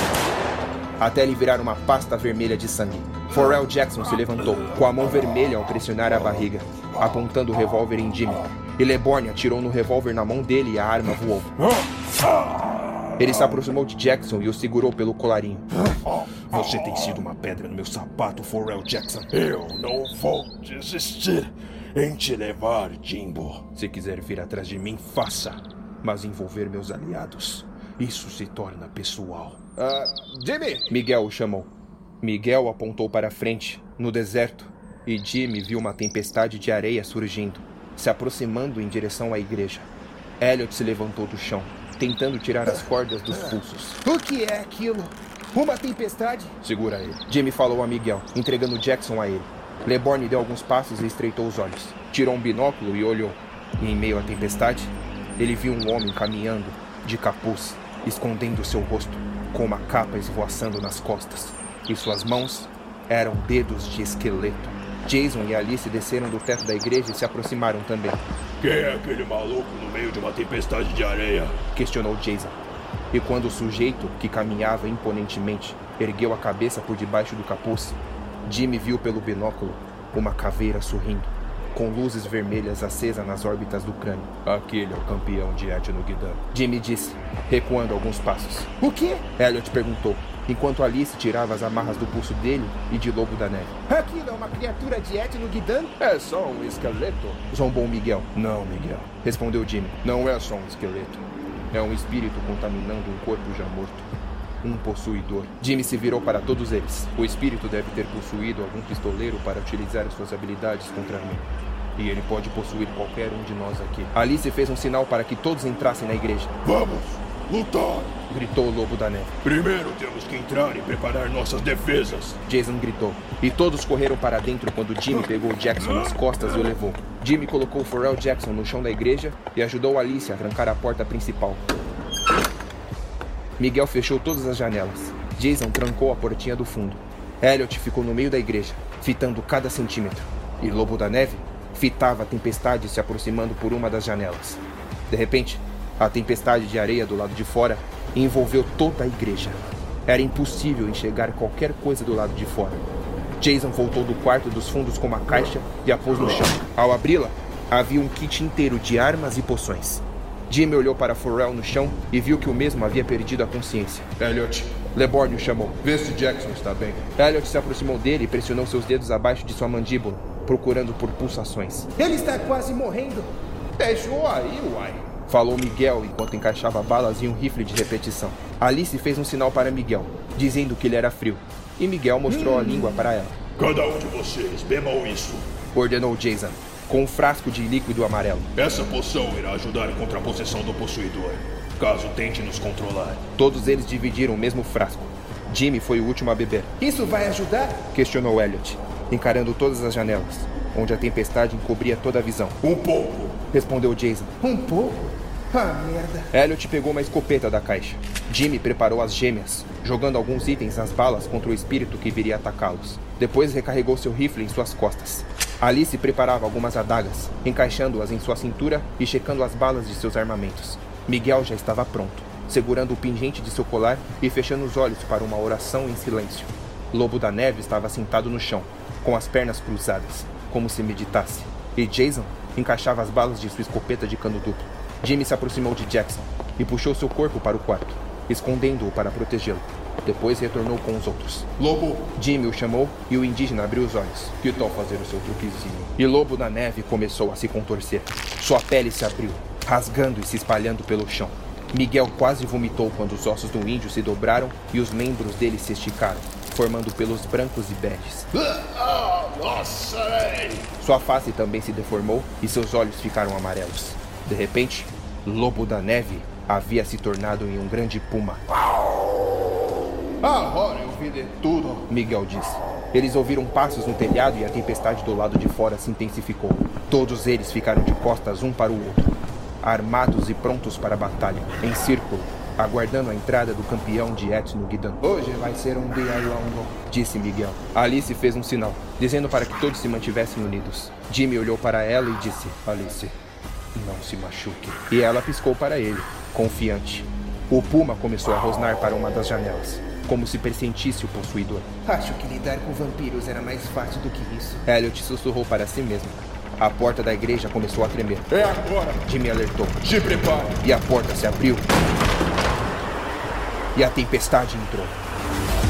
até ele virar uma pasta vermelha de sangue. Pharrell Jackson se levantou, com a mão vermelha ao pressionar a barriga, apontando o revólver em Jimmy. E LeBoy atirou no revólver na mão dele e a arma voou. Ele se aproximou de Jackson e o segurou pelo colarinho. Você tem sido uma pedra no meu sapato, Pharrell Jackson. Eu não vou desistir em te levar, Jimbo. Se quiser vir atrás de mim, faça. Mas envolver meus aliados, isso se torna pessoal. Jimmy! Miguel o chamou. Miguel apontou para frente, no deserto, e Jimmy viu uma tempestade de areia surgindo, se aproximando em direção à igreja. Elliot se levantou do chão, tentando tirar as cordas dos pulsos. O que é aquilo? Uma tempestade? Segura ele. Jimmy falou a Miguel, entregando Jackson a ele. LeBorgne deu alguns passos e estreitou os olhos. Tirou um binóculo e olhou. E em meio à tempestade, ele viu um homem caminhando, de capuz, escondendo seu rosto, com uma capa esvoaçando nas costas. E suas mãos eram dedos de esqueleto. Jason e Alice desceram do teto da igreja e se aproximaram também. Quem é aquele maluco no meio de uma tempestade de areia? Questionou Jason. E quando o sujeito, que caminhava imponentemente, ergueu a cabeça por debaixo do capuz, Jimmy viu pelo binóculo uma caveira sorrindo, com luzes vermelhas acesas nas órbitas do crânio. Aquele é o campeão de Etno Guidan. Jimmy disse, recuando alguns passos. O quê? Elliot perguntou, enquanto Alice tirava as amarras do pulso dele e de Lobo da Neve. Aquilo é uma criatura de Etno Guidan? É só um esqueleto. Zombou Miguel. Não, Miguel. Respondeu Jimmy. Não é só um esqueleto. É um espírito contaminando um corpo já morto. Um possuidor. Jimmy se virou para todos eles. O espírito deve ter possuído algum pistoleiro para utilizar as suas habilidades contra mim. E ele pode possuir qualquer um de nós aqui. Alice fez um sinal para que todos entrassem na igreja. Vamos lutar! Gritou o Lobo da Neve. Primeiro temos que entrar e preparar nossas defesas. Jason gritou. E todos correram para dentro quando Jimmy pegou Jackson nas costas e o levou. Jimmy colocou Pharrell Jackson no chão da igreja e ajudou Alice a trancar a porta principal. Miguel fechou todas as janelas. Jason trancou a portinha do fundo. Elliot ficou no meio da igreja, fitando cada centímetro. E Lobo da Neve fitava a tempestade se aproximando por uma das janelas. De repente, a tempestade de areia do lado de fora envolveu toda a igreja. Era impossível enxergar qualquer coisa do lado de fora. Jason voltou do quarto dos fundos com uma caixa e a pôs no chão. Ao abri-la, havia um kit inteiro de armas e poções. Jimmy olhou para Pharrell no chão e viu que o mesmo havia perdido a consciência. Elliot, LeBorgne o chamou. vê se Jackson está bem. Elliot se aproximou dele e pressionou seus dedos abaixo de sua mandíbula, procurando por pulsações. Ele está quase morrendo. Deixou aí, uai. Falou Miguel enquanto encaixava balas em um rifle de repetição. Alice fez um sinal para Miguel, dizendo que ele era frio. E Miguel mostrou a língua para ela. Cada um de vocês bebam isso. Ordenou Jason, com um frasco de líquido amarelo. Essa poção irá ajudar contra a possessão do possuidor, caso tente nos controlar. Todos eles dividiram o mesmo frasco. Jimmy foi o último a beber. Isso vai ajudar? Questionou Elliot, encarando todas as janelas, onde a tempestade encobria toda a visão. Um pouco. Respondeu Jason. Um pouco? Ah, merda. Elliot pegou uma escopeta da caixa. Jimmy preparou as gêmeas, jogando alguns itens nas balas contra o espírito que viria atacá-los. Depois recarregou seu rifle em suas costas. Alice preparava algumas adagas, encaixando-as em sua cintura e checando as balas de seus armamentos. Miguel já estava pronto, segurando o pingente de seu colar e fechando os olhos para uma oração em silêncio. Lobo da Neve estava sentado no chão, com as pernas cruzadas, como se meditasse. E Jason encaixava as balas de sua escopeta de cano duplo. Jimmy se aproximou de Jackson e puxou seu corpo para o quarto, escondendo-o para protegê-lo. Depois retornou com os outros. Lobo! Jimmy o chamou e o indígena abriu os olhos. Que tal fazer o seu truquezinho? E Lobo da Neve começou a se contorcer. Sua pele se abriu, rasgando e se espalhando pelo chão. Miguel quase vomitou quando os ossos do índio se dobraram e os membros dele se esticaram, formando pelos brancos e beges. Nossa! Sua face também se deformou e seus olhos ficaram amarelos. De repente, Lobo da Neve havia se tornado em um grande puma. Agora eu vi de tudo, Miguel disse. Eles ouviram passos no telhado e a tempestade do lado de fora se intensificou. Todos eles ficaram de costas um para o outro, armados e prontos para a batalha, em círculo, aguardando a entrada do campeão de Etno Guidan. Hoje vai ser um dia longo, disse Miguel. Alice fez um sinal, dizendo para que todos se mantivessem unidos. Jimmy olhou para ela e disse: Alice, não se machuque. E ela piscou para ele, confiante. O puma começou a rosnar para uma das janelas, como se pressentisse o possuidor. Acho que lidar com vampiros era mais fácil do que isso. Elliot sussurrou para si mesmo. A porta da igreja começou a tremer. É agora! Jimmy alertou. Se prepare! E a porta se abriu. e a tempestade entrou.